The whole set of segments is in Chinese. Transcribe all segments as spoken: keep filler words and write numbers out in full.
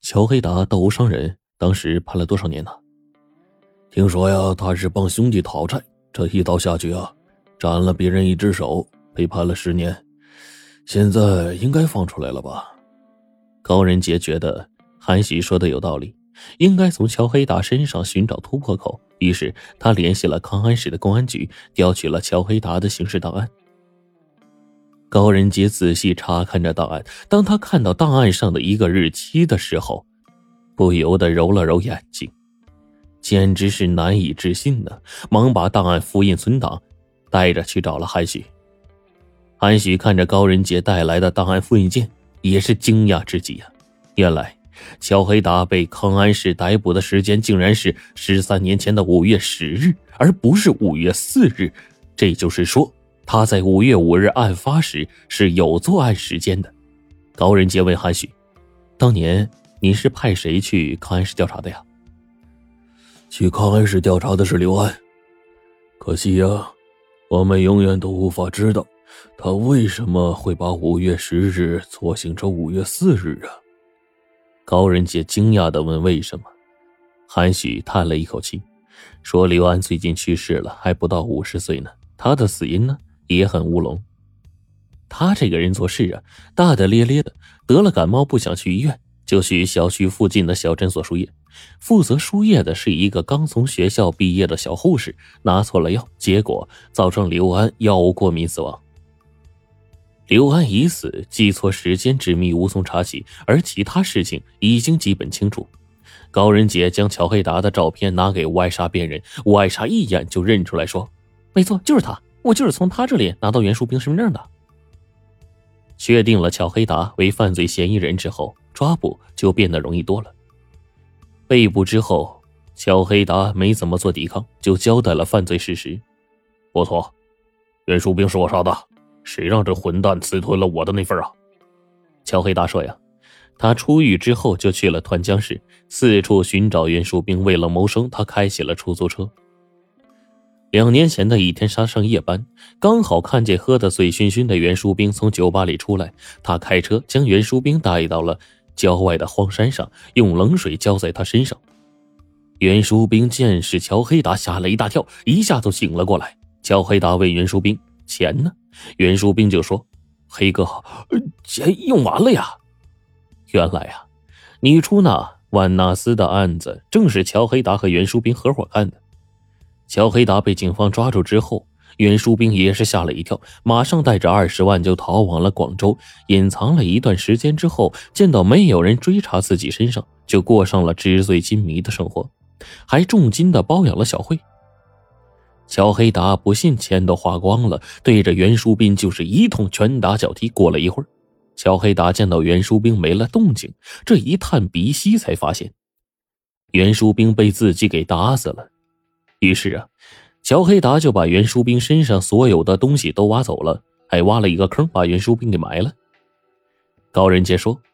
乔黑达斗殴伤人，当时判了多少年呢？ 听说呀，他是帮兄弟讨债，这一刀下去啊，斩了别人一只手，被判了十年。现在应该放出来了吧？ 高仁杰觉得韩喜说的有道理，应该从乔黑达身上寻找突破口，于是他联系了康安市的公安局，调取了乔黑达的刑事档案。高仁杰仔细查看着档案，当他看到档案上的一个日期的时候，不由得揉了揉眼睛，简直是难以置信呢，忙把档案复印存档，带着去找了韩许。韩许看着高仁杰带来的档案复印件，也是惊讶之极啊！原来乔黑达被康安市逮捕的时间竟然是十三年前的五月十日，而不是五月四日。这就是说，他在五月五日案发时是有作案时间的。高仁杰问韩许：“当年你是派谁去康安市调查的呀？” 去康安市调查的是刘安。可惜呀，我们永远都无法知道他为什么会把五月十日错醒成五月四日啊？ 高仁杰惊讶地问：“为什么？”韩许叹了一口气，说：“刘安最近去世了，还不到五十岁呢。他的死因呢，也很乌龙。他这个人做事啊，大大咧咧的，得了感冒不想去医院，就去小区附近的小诊所输液。负责输液的是一个刚从学校毕业的小护士，拿错了药，结果造成刘安药物过敏死亡。刘安已死，记错时间之谜无从查起，而其他事情已经基本清楚。高仁杰将乔黑达的照片拿给吴爱莎辨认，吴爱莎一眼就认出来说：“没错，就是他，我就是从他这里拿到袁树兵身份证的。”确定了乔黑达为犯罪嫌疑人之后，抓捕就变得容易多了。被捕之后，乔黑达没怎么做抵抗，就交代了犯罪事实。 “不错，袁树兵是我杀的，谁让这混蛋刺吞了我的那份啊？” 乔黑达说呀，他出狱之后就去了团江市，四处寻找袁树兵。为了谋生，他开起了出租车。两年前的一天，他上夜班，刚好看见喝得醉醺醺的袁树兵从酒吧里出来，他开车将袁树兵带到了郊外的荒山上，用冷水浇在他身上。袁树兵见是乔黑达，吓了一大跳，一下就醒了过来。乔黑达问袁树兵：“钱呢？”袁树兵就说：“黑哥，钱用完了呀。”原来啊，女出纳万纳斯的案子正是乔黑达和袁树兵合伙干的。乔黑达被警方抓住之后，袁树兵也是吓了一跳，马上带着二十万就逃往了广州，隐藏了一段时间之后，见到没有人追查自己身上，就过上了纸醉金迷的生活，还重金的包养了小慧。乔黑达不信钱都花光了，对着袁树兵就是一通拳打脚踢。过了一会儿，乔黑达见到袁树兵没了动静，这一探鼻息才发现袁树兵被自己给打死了。于是啊，乔黑达就把袁树兵身上所有的东西都挖走了，还挖了一个坑把袁树兵给埋了。高仁杰说：“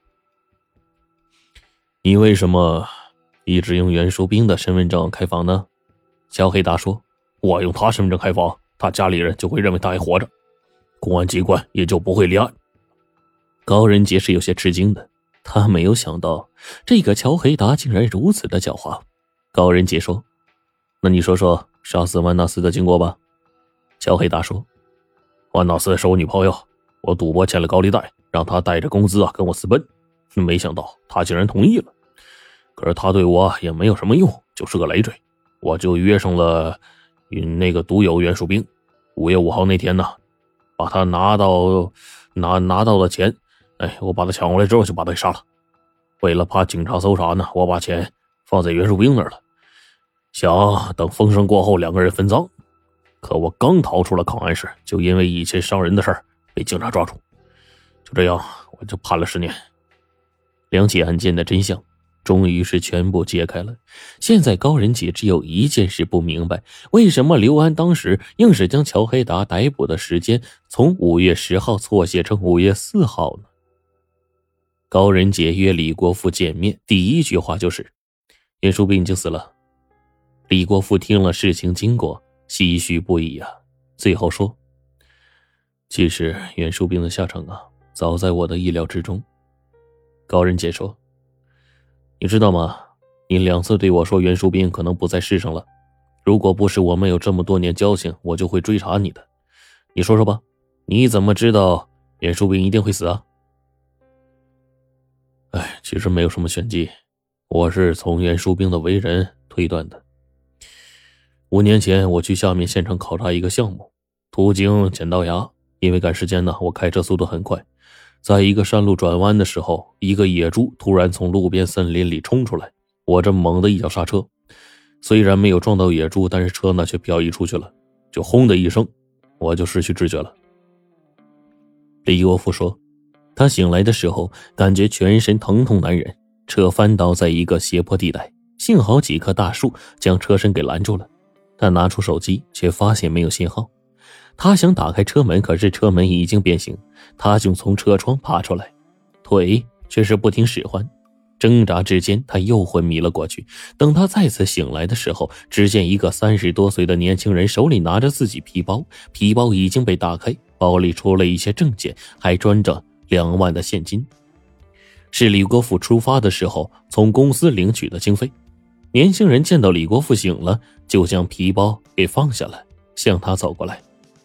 你为什么一直用袁树兵的身份证开房呢？” 乔黑达说：“ 我用他身份证开房，他家里人就会认为他还活着，公安机关也就不会立案。” 高仁杰是有些吃惊的，他没有想到这个乔黑达竟然如此的狡猾。高仁杰说：“那你说说杀死万纳斯的经过吧。”乔黑达说：“ 万纳斯是我女朋友，我赌博欠了高利贷，让她带着工资啊跟我私奔，没想到她竟然同意了。可是她对我也没有什么用，就是个累赘。我就约上了与那个毒友袁树兵，五月五号那天呢，把他拿到拿拿到了钱，哎，我把他抢过来之后就把他给杀了。为了怕警察搜查呢，我把钱放在袁树兵那儿了，想等风声过后两个人分赃。可我刚逃出了康安市，就因为以前伤人的事儿被警察抓住，就这样我就判了十年。” 两起案件的真相终于是全部揭开了。现在高仁杰只有一件事不明白，为什么刘安当时硬是将乔黑达逮捕的时间从五月十号错写成五月四号呢？高仁杰约李国富见面，第一句话就是：“袁树兵已经死了。”李国富听了事情经过，唏嘘不已啊，最后说：“其实袁树兵的下场啊，早在我的意料之中。”高仁杰说：“ 你知道吗？你两次对我说袁树斌可能不在世上了，如果不是我们有这么多年交情，我就会追查你的。你说说吧，你怎么知道袁树斌一定会死啊？ 哎，其实没有什么玄机，我是从袁树斌的为人推断的。五年前我去下面现场考察一个项目，途经剪刀崖，因为赶时间呢，我开车速度很快，在一个山路转弯的时候，一个野猪突然从路边森林里冲出来，我这猛地一脚刹车，虽然没有撞到野猪，但是车呢却漂移出去了，就轰的一声，我就失去知觉了。 李国富说，他醒来的时候感觉全身疼痛难忍，车翻倒在一个斜坡地带，幸好几棵大树将车身给拦住了。他拿出手机，却发现没有信号。他想打开车门，可是车门已经变形，他就从车窗爬出来，腿却是不听使唤。挣扎之间，他又昏迷了过去。等他再次醒来的时候，只见一个三十多岁的年轻人手里拿着自己皮包，皮包已经被打开，包里除了一些证件，还装着两万的现金，是李国富出发的时候从公司领取的经费。年轻人见到李国富醒了，就将皮包给放下了，向他走过来。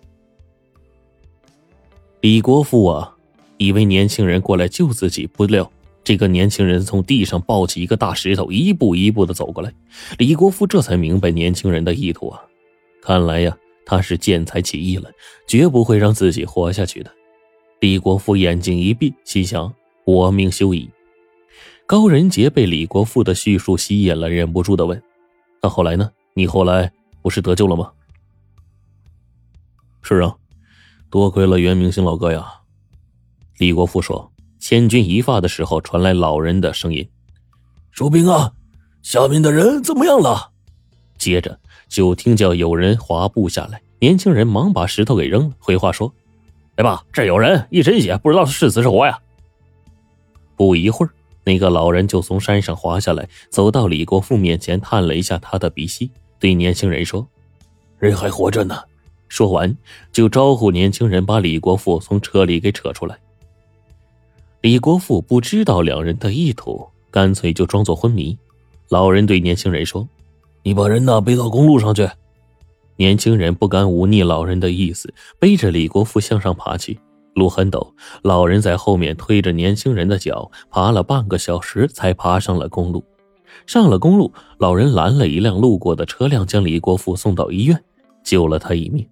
李国富啊，以为年轻人过来救自己，不料这个年轻人从地上抱起一个大石头，一步一步的走过来。李国富这才明白年轻人的意图啊，看来呀，他是见财起意了，绝不会让自己活下去的。李国富眼睛一闭，心想我命休矣。高仁杰被李国富的叙述吸引了，忍不住的问，那后来呢？你后来不是得救了吗？ 是啊，多亏了袁明星老哥呀。 李国富说。千钧一发的时候传来老人的声音， 树斌啊，下面的人怎么样了？ 接着就听见有人滑步下来，年轻人忙把石头给扔了，回话说， 哎爸，这有人，一身血，不知道是死是活呀。 不一会儿，那个老人就从山上滑下来，走到李国富面前，探了一下他的鼻息，对年轻人说， 人还活着呢。 说完就招呼年轻人把李国富从车里给扯出来。李国富不知道两人的意图，干脆就装作昏迷。老人对年轻人说， 你把人呢背到公路上去。 年轻人不敢忤逆老人的意思，背着李国富向上爬去。路很陡，老人在后面推着年轻人的脚，爬了半个小时才爬上了公路。上了公路，老人拦了一辆路过的车辆，将李国富送到医院，救了他一命。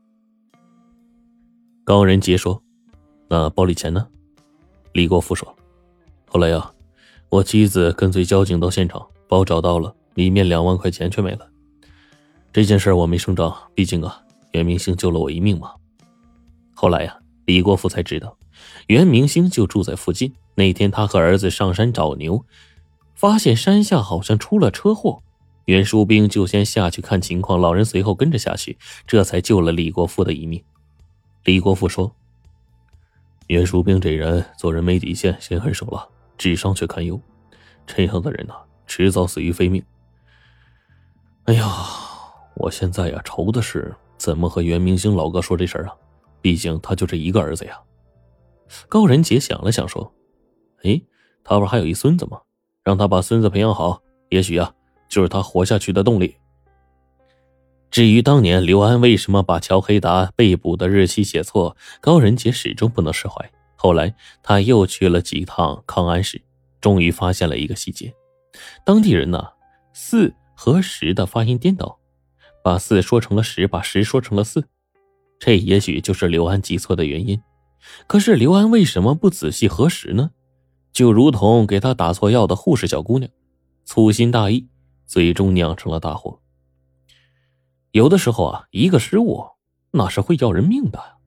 高仁杰说，那包里钱呢？李国富说， 后来呀，我妻子跟随交警到现场，包找到了，里面两万块钱却没了。这件事我没声张，毕竟啊，袁明星救了我一命嘛。 后来呀，李国富才知道，袁明星就住在附近。那天他和儿子上山找牛，发现山下好像出了车祸，袁书兵就先下去看情况，老人随后跟着下去，这才救了李国富的一命。李国富说， 袁书兵这人做人没底线，心狠手辣，智商却堪忧，这样的人呐、啊，迟早死于非命。哎呀，我现在呀愁的是怎么和袁明星老哥说这事儿啊，毕竟他就这一个儿子呀。 高仁杰想了想说， 诶，他不是还有一孙子吗？让他把孙子培养好，也许啊就是他活下去的动力。 至于当年刘安为什么把乔黑达被捕的日期写错，高仁杰始终不能释怀。后来他又去了几趟康安市，终于发现了一个细节，当地人呢、啊，四和十的发音颠倒，把四说成了十，把十说成了四，这也许就是刘安记错的原因。可是刘安为什么不仔细核实呢？就如同给他打错药的护士小姑娘，粗心大意，最终酿成了大祸。有的时候啊，一个失误那是会要人命的。